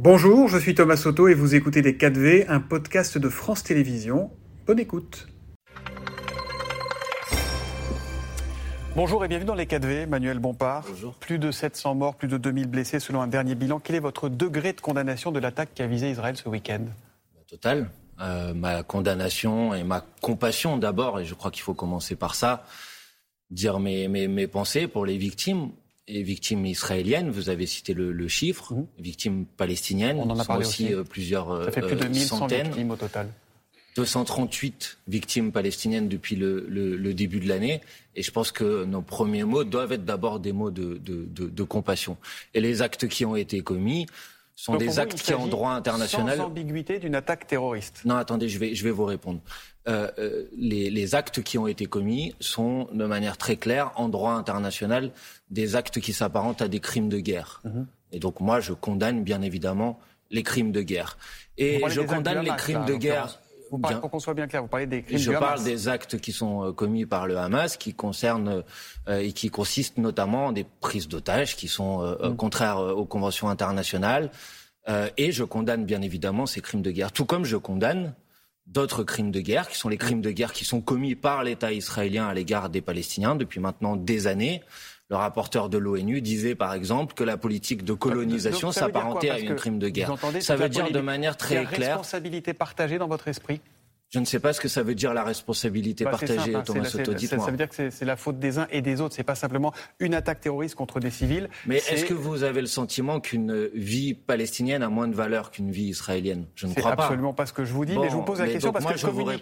Bonjour, je suis Thomas Soto et vous écoutez Les 4V, un podcast de France Télévisions. Bonne écoute. Bonjour et bienvenue dans Les 4V, Manuel Bompard. Bonjour. Plus de 700 morts, plus de 2000 blessés selon un dernier bilan. Quel est votre degré de condamnation de l'attaque qui a visé Israël ce week-end ? Total. Ma condamnation et ma compassion d'abord, et je crois qu'il faut commencer par ça, dire mes pensées pour les victimes. Et victimes israéliennes, vous avez cité le chiffre, victimes palestiniennes, on en a parlé aussi. Plusieurs ça fait plus de 1100 centaines. Victimes au total. 238 victimes palestiniennes depuis le début de l'année. Et je pense que nos premiers mots doivent être d'abord des mots de compassion. Et les actes qui ont été commis sont des actes qui, en droit international... Sans ambiguïté d'une attaque terroriste. Non, attendez, je vais vous répondre. Les actes qui ont été commis sont, de manière très claire, en droit international, des actes qui s'apparentent à des crimes de guerre. Et donc moi, je condamne bien évidemment les crimes de guerre. Et je condamne les crimes de guerre... Pour qu'on soit bien clair, vous parlez des crimes du Hamas. Je parle des actes qui sont commis par le Hamas, qui concernent et qui consistent notamment en des prises d'otages qui sont contraires aux conventions internationales. Et je condamne bien évidemment ces crimes de guerre, tout comme je condamne d'autres crimes de guerre, qui sont les crimes de guerre qui sont commis par l'État israélien à l'égard des Palestiniens depuis maintenant des années. Le rapporteur de l'ONU disait par exemple que la politique de colonisation s'apparentait à un crime de guerre. Ça veut dire de manière très claire... La responsabilité partagée dans votre esprit ? Je ne sais pas ce que ça veut dire la responsabilité partagée, simple, Thomas Soto, dites-moi. Ça veut dire que c'est la faute des uns et des autres, c'est pas simplement une attaque terroriste contre des civils. Mais est-ce que vous avez le sentiment qu'une vie palestinienne a moins de valeur qu'une vie israélienne ? Je ne crois pas. C'est absolument pas ce que je vous dis, mais je vous pose la question parce que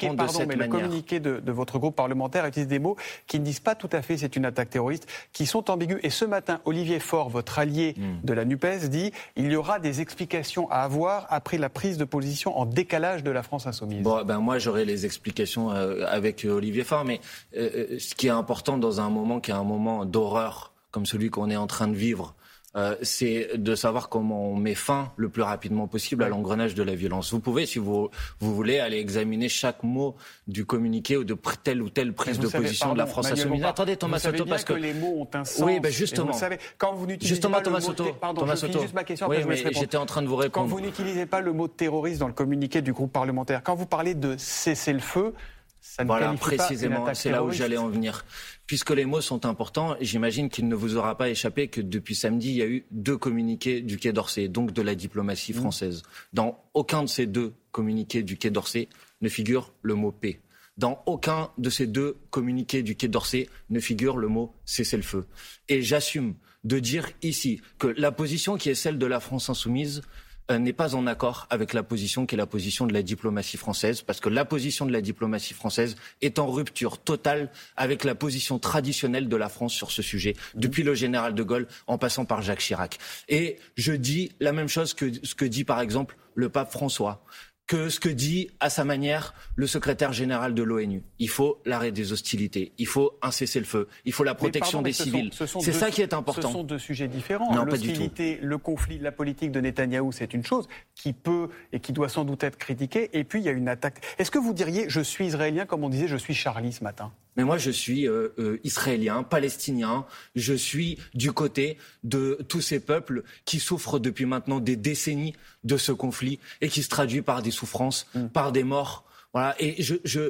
le communiqué de votre groupe parlementaire utilise des mots qui ne disent pas tout à fait c'est une attaque terroriste, qui sont ambigus. Et ce matin, Olivier Faure, votre allié de la NUPES, dit il y aura des explications à avoir après la prise de position en décalage de la France insoumise. Bon, moi j'aurai les explications avec Olivier Faure, mais ce qui est important dans un moment qui est un moment d'horreur comme celui qu'on est en train de vivre, c'est de savoir comment on met fin le plus rapidement possible à l'engrenage de la violence. Vous pouvez, si vous voulez, aller examiner chaque mot du communiqué ou de telle ou telle prise de position de la France insoumise. Attendez, Thomas Soto, parce que les mots ont un sens. Oui, justement. Vous savez, quand vous n'utilisez pas le mot... Thomas Soto. Juste ma question, oui, mais j'étais en train de vous répondre. Quand vous n'utilisez pas le mot terroriste dans le communiqué du groupe parlementaire, quand vous parlez de cessez-le-feu, ça ne qualifie précisément, pas c'est là où j'allais en venir. Puisque les mots sont importants, j'imagine qu'il ne vous aura pas échappé que depuis samedi, il y a eu 2 communiqués du Quai d'Orsay, donc de la diplomatie française. Dans aucun de ces 2 communiqués du Quai d'Orsay ne figure le mot paix. Dans aucun de ces 2 communiqués du Quai d'Orsay ne figure le mot cessez-le-feu. Et j'assume de dire ici que la position qui est celle de la France insoumise n'est pas en accord avec la position qui est la position de la diplomatie française, parce que la position de la diplomatie française est en rupture totale avec la position traditionnelle de la France sur ce sujet, depuis le général de Gaulle en passant par Jacques Chirac. Et je dis la même chose que ce que dit par exemple le pape François, que ce que dit à sa manière le secrétaire général de l'ONU. Il faut l'arrêt des hostilités, il faut un cessez-le-feu, il faut la protection des civils. C'est ça qui est important. Ce sont 2 sujets différents. Non, l'hostilité, le conflit, la politique de Netanyahou, c'est une chose qui peut et qui doit sans doute être critiquée. Et puis il y a une attaque. Est-ce que vous diriez je suis israélien comme on disait je suis Charlie ce matin ? Mais moi, je suis israélien, palestinien. Je suis du côté de tous ces peuples qui souffrent depuis maintenant des décennies de ce conflit et qui se traduit par des souffrances, par des morts. Voilà. Et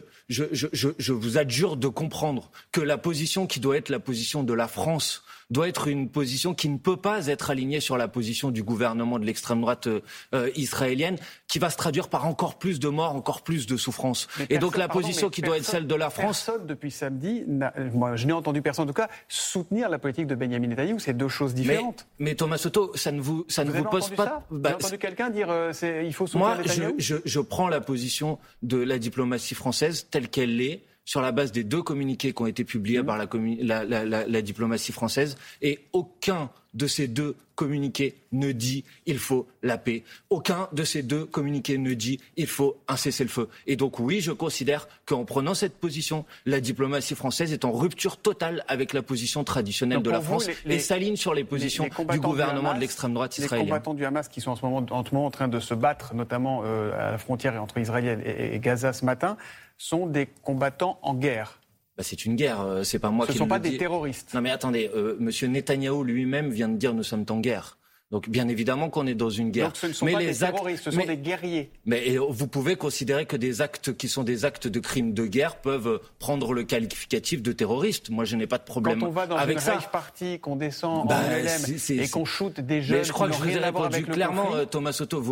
je vous adjure de comprendre que la position qui doit être la position de la France doit être une position qui ne peut pas être alignée sur la position du gouvernement de l'extrême droite israélienne, qui va se traduire par encore plus de morts, encore plus de souffrances. Et donc la position qui doit être celle de la France... Personne depuis samedi, moi je n'ai entendu personne en tout cas, soutenir la politique de Benyamin Netanyahou. C'est 2 choses différentes. Mais Thomas Soto, ça ne vous pose pas... Vous avez entendu quelqu'un dire il faut soutenir Netanyahou ? Moi, je prends la position de la diplomatie française telle qu'elle est, sur la base des 2 communiqués qui ont été publiés par la diplomatie française, et aucun de ces 2 communiqués ne dit il faut la paix. Aucun de ces 2 communiqués ne dit il faut un cessez-le-feu. Et donc oui, je considère qu'en prenant cette position, la diplomatie française est en rupture totale avec la position traditionnelle de la France et s'aligne sur les positions du gouvernement de l'extrême droite israélienne. Les combattants du Hamas qui sont en ce moment en train de se battre, notamment à la frontière entre Israël et Gaza ce matin, sont des combattants en guerre. C'est une guerre, c'est pas moi qui le dis. Ce ne sont pas des terroristes. Non mais attendez, Monsieur Netanyahou lui-même vient de dire nous sommes en guerre. Donc bien évidemment qu'on est dans une guerre. Donc ce ne sont pas des terroristes, ce sont des guerriers. Mais vous pouvez considérer que des actes qui sont des actes de crimes de guerre peuvent prendre le qualificatif de terroriste. Moi je n'ai pas de problème avec ça. Quand on va dans une rave party, qu'on descend en LM et qu'on shoot des jeunes, mais je crois que je vous ai répondu clairement, Thomas Soto.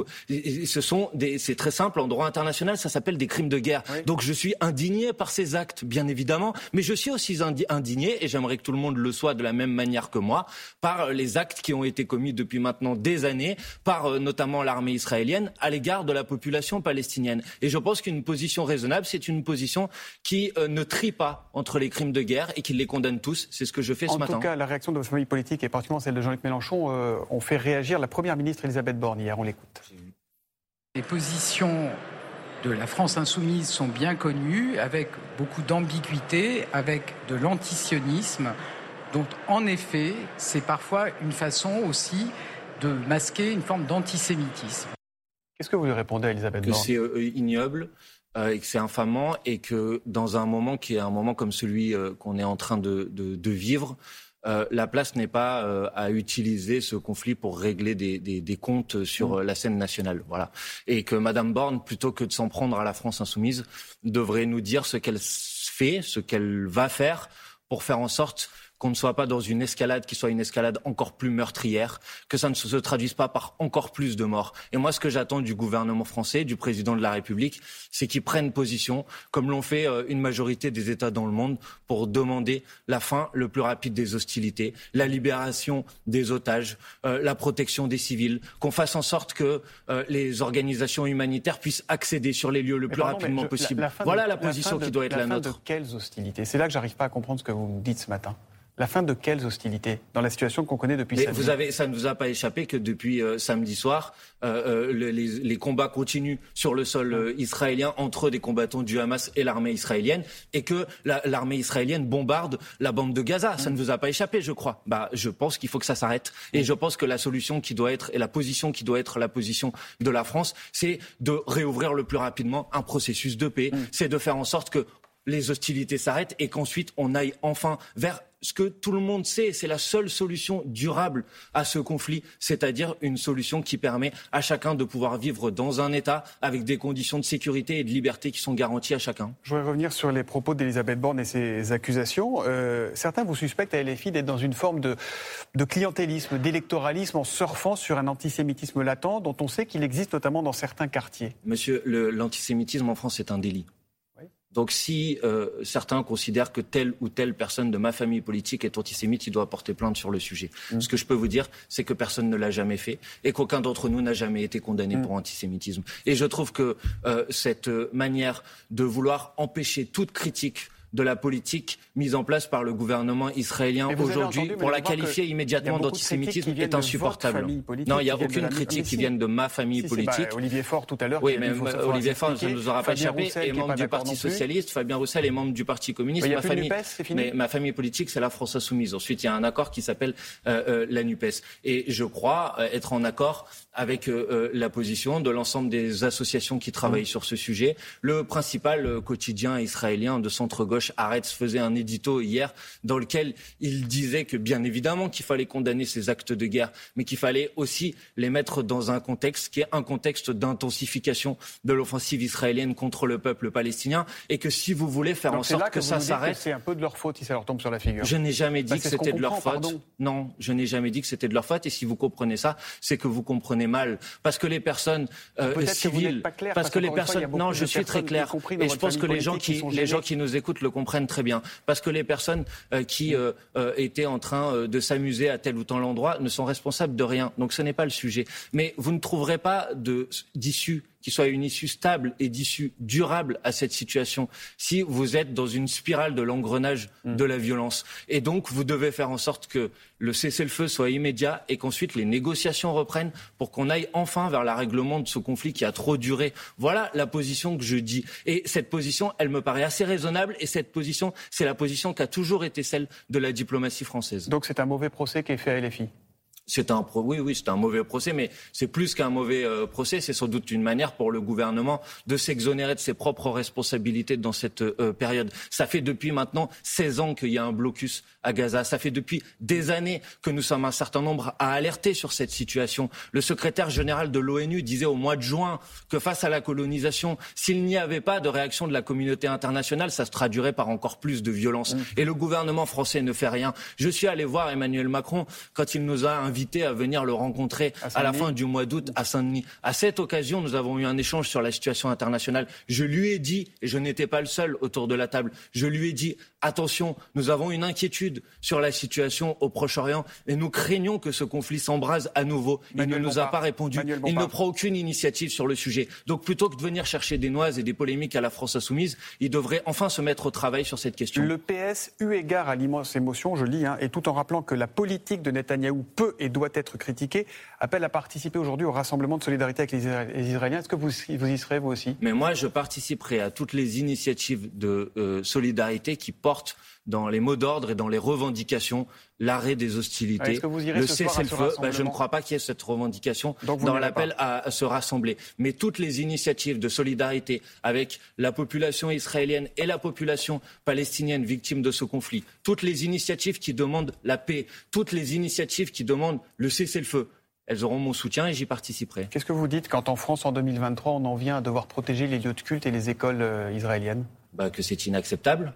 C'est très simple, en droit international ça s'appelle des crimes de guerre. Oui. Donc je suis indigné par ces actes, bien évidemment, mais je suis aussi indigné, et j'aimerais que tout le monde le soit de la même manière que moi, par les actes qui ont été commis depuis maintenant des années par notamment l'armée israélienne à l'égard de la population palestinienne. Et je pense qu'une position raisonnable, c'est une position qui ne trie pas entre les crimes de guerre et qui les condamne tous. C'est ce que je fais ce matin. En tout cas, la réaction de votre famille politique, et particulièrement celle de Jean-Luc Mélenchon, ont fait réagir la première ministre Elisabeth Borne hier. On l'écoute. Les positions de la France insoumise sont bien connues, avec beaucoup d'ambiguïté, avec de l'antisionisme. Donc, en effet, c'est parfois une façon aussi de masquer une forme d'antisémitisme. Qu'est-ce que vous lui répondez à Elisabeth Borne ? Que c'est ignoble, et que c'est infamant, et que dans un moment qui est un moment comme celui qu'on est en train de vivre, la place n'est pas à utiliser ce conflit pour régler des comptes sur la scène nationale. Voilà. Et que Mme Borne, plutôt que de s'en prendre à la France insoumise, devrait nous dire ce qu'elle fait, ce qu'elle va faire pour faire en sorte qu'on ne soit pas dans une escalade qui soit une escalade encore plus meurtrière, que ça ne se traduise pas par encore plus de morts. Et moi, ce que j'attends du gouvernement français, du président de la République, c'est qu'ils prennent position, comme l'ont fait une majorité des États dans le monde, pour demander la fin le plus rapide des hostilités, la libération des otages, la protection des civils, qu'on fasse en sorte que les organisations humanitaires puissent accéder sur les lieux le plus rapidement possible. Voilà la position qui doit être la nôtre. La fin de quelles hostilités ? C'est là que j'arrive pas à comprendre ce que vous me dites ce matin. La fin de quelles hostilités dans la situation qu'on connaît depuis samedi ? Ça ne vous a pas échappé que depuis samedi soir, les combats continuent sur le sol israélien entre des combattants du Hamas et l'armée israélienne, et que l'armée israélienne bombarde la bande de Gaza. Ça ne vous a pas échappé, je crois. Je pense qu'il faut que ça s'arrête. Et je pense que la solution qui doit être, et la position qui doit être la position de la France, c'est de réouvrir le plus rapidement un processus de paix. C'est de faire en sorte que les hostilités s'arrêtent et qu'ensuite on aille enfin vers ce que tout le monde sait, c'est la seule solution durable à ce conflit, c'est-à-dire une solution qui permet à chacun de pouvoir vivre dans un État avec des conditions de sécurité et de liberté qui sont garanties à chacun. Je voudrais revenir sur les propos d'Elisabeth Borne et ses accusations. Certains vous suspectent à LFI d'être dans une forme de clientélisme, d'électoralisme en surfant sur un antisémitisme latent dont on sait qu'il existe notamment dans certains quartiers. Monsieur, l'antisémitisme en France est un délit. Donc si certains considèrent que telle ou telle personne de ma famille politique est antisémite, il doit porter plainte sur le sujet. Ce que je peux vous dire, c'est que personne ne l'a jamais fait et qu'aucun d'entre nous n'a jamais été condamné pour antisémitisme. Et je trouve que cette manière de vouloir empêcher toute critique de la politique mise en place par le gouvernement israélien aujourd'hui pour la qualifier immédiatement d'antisémitisme est insupportable. Non, il n'y a aucune critique qui vienne de ma famille politique. Olivier Faure tout à l'heure. Oui, mais Olivier Faure, ça ne nous aura pas échappé, est membre du Parti Socialiste, Fabien Roussel est membre du Parti Communiste. Ma famille politique, c'est la France Insoumise. Ensuite, il y a un accord qui s'appelle la NUPES. Et je crois être en accord avec la position de l'ensemble des associations qui travaillent sur ce sujet. Le principal quotidien israélien de centre-gauche, Haaretz, faisait un édito hier dans lequel il disait que bien évidemment qu'il fallait condamner ces actes de guerre, mais qu'il fallait aussi les mettre dans un contexte qui est un contexte d'intensification de l'offensive israélienne contre le peuple palestinien, et que si vous voulez faire en sorte que ça s'arrête... C'est un peu de leur faute si ça leur tombe sur la figure. Je n'ai jamais dit que c'était de leur faute. Non, je n'ai jamais dit que c'était de leur faute, et si vous comprenez ça, c'est que vous comprenez mal. Parce que les personnes civiles... Parce que les personnes... Non, je suis très clair. Et je pense que les gens qui nous écoutent le comprennent très bien. Parce que les personnes qui étaient en train de s'amuser à tel ou tel endroit ne sont responsables de rien. Donc ce n'est pas le sujet. Mais vous ne trouverez pas d'issue qui soit une issue stable et d'issue durable à cette situation si vous êtes dans une spirale de l'engrenage de la violence. Et donc vous devez faire en sorte que le cessez-le-feu soit immédiat et qu'ensuite les négociations reprennent pour qu'on aille enfin vers l'arrèglement de ce conflit qui a trop duré. Voilà la position que je dis. Et cette position, elle me paraît assez raisonnable, et cette position, c'est la position qui a toujours été celle de la diplomatie française. Donc c'est un mauvais procès qui est fait à LFI ? C'est un mauvais procès, mais c'est plus qu'un mauvais procès. C'est sans doute une manière pour le gouvernement de s'exonérer de ses propres responsabilités dans cette période. Ça fait depuis maintenant 16 ans qu'il y a un blocus à Gaza. Ça fait depuis des années que nous sommes un certain nombre à alerter sur cette situation. Le secrétaire général de l'ONU disait au mois de juin que face à la colonisation, s'il n'y avait pas de réaction de la communauté internationale, ça se traduirait par encore plus de violence. Et le gouvernement français ne fait rien. Je suis allé voir Emmanuel Macron quand il nous a invités à venir le rencontrer à la fin du mois d'août à Saint-Denis. À cette occasion, nous avons eu un échange sur la situation internationale. Je lui ai dit, et je n'étais pas le seul autour de la table, je lui ai dit, attention, nous avons une inquiétude sur la situation au Proche-Orient et nous craignons que ce conflit s'embrase à nouveau. Il ne nous a pas répondu. Il ne prend aucune initiative sur le sujet. Donc plutôt que de venir chercher des noises et des polémiques à la France insoumise, il devrait enfin se mettre au travail sur cette question. Le PS, eu égard à l'immense émotion, je lis, et tout en rappelant que la politique de Netanyahou peut et doit être critiquée, appelle à participer aujourd'hui au rassemblement de solidarité avec les Israéliens. Est-ce que vous y serez, vous aussi ? Mais moi, je participerai à toutes les initiatives de solidarité qui portent dans les mots d'ordre et dans les revendications l'arrêt des hostilités, est-ce que vous irez le ce soir cessez-le-feu. Je ne crois pas qu'il y ait cette revendication dans l'appel à se rassembler. Mais toutes les initiatives de solidarité avec la population israélienne et la population palestinienne victime de ce conflit, toutes les initiatives qui demandent la paix, toutes les initiatives qui demandent le cessez-le-feu, elles auront mon soutien et j'y participerai. Qu'est-ce que vous dites quand en France, en 2023, on en vient à devoir protéger les lieux de culte et les écoles israéliennes ? Que c'est inacceptable.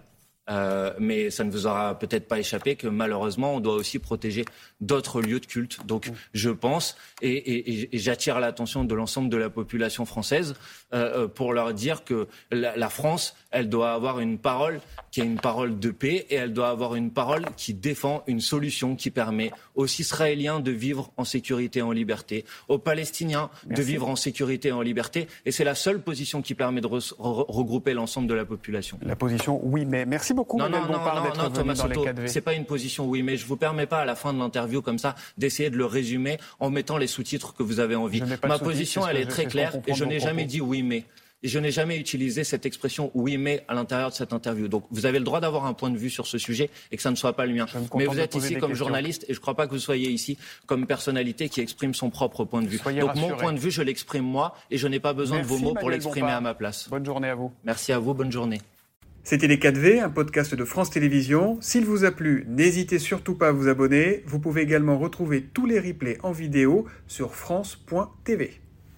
Mais ça ne vous aura peut-être pas échappé que malheureusement on doit aussi protéger d'autres lieux de culte. Donc je pense et j'attire l'attention de l'ensemble de la population française pour leur dire que la France, elle doit avoir une parole qui est une parole de paix et elle doit avoir une parole qui défend une solution qui permet aux Israéliens de vivre en sécurité et en liberté, aux Palestiniens de vivre en sécurité et en liberté, et c'est la seule position qui permet de regrouper l'ensemble de la population. La position oui mais. Merci beaucoup. Non, Thomas Soto, c'est pas une position oui, mais je vous permets pas à la fin de l'interview comme ça d'essayer de le résumer en mettant les sous-titres que vous avez envie. Ma position, elle est très claire et je n'ai jamais dit oui mais. Et je n'ai jamais utilisé cette expression oui mais à l'intérieur de cette interview. Donc vous avez le droit d'avoir un point de vue sur ce sujet et que ça ne soit pas le mien. Mais vous êtes ici comme journaliste et je ne crois pas que vous soyez ici comme personnalité qui exprime son propre point de vue. Donc mon point de vue, je l'exprime moi et je n'ai pas besoin de vos mots pour l'exprimer à ma place. Bonne journée à vous. Merci à vous, bonne journée. C'était Les 4V, un podcast de France Télévisions. S'il vous a plu, n'hésitez surtout pas à vous abonner. Vous pouvez également retrouver tous les replays en vidéo sur France.tv.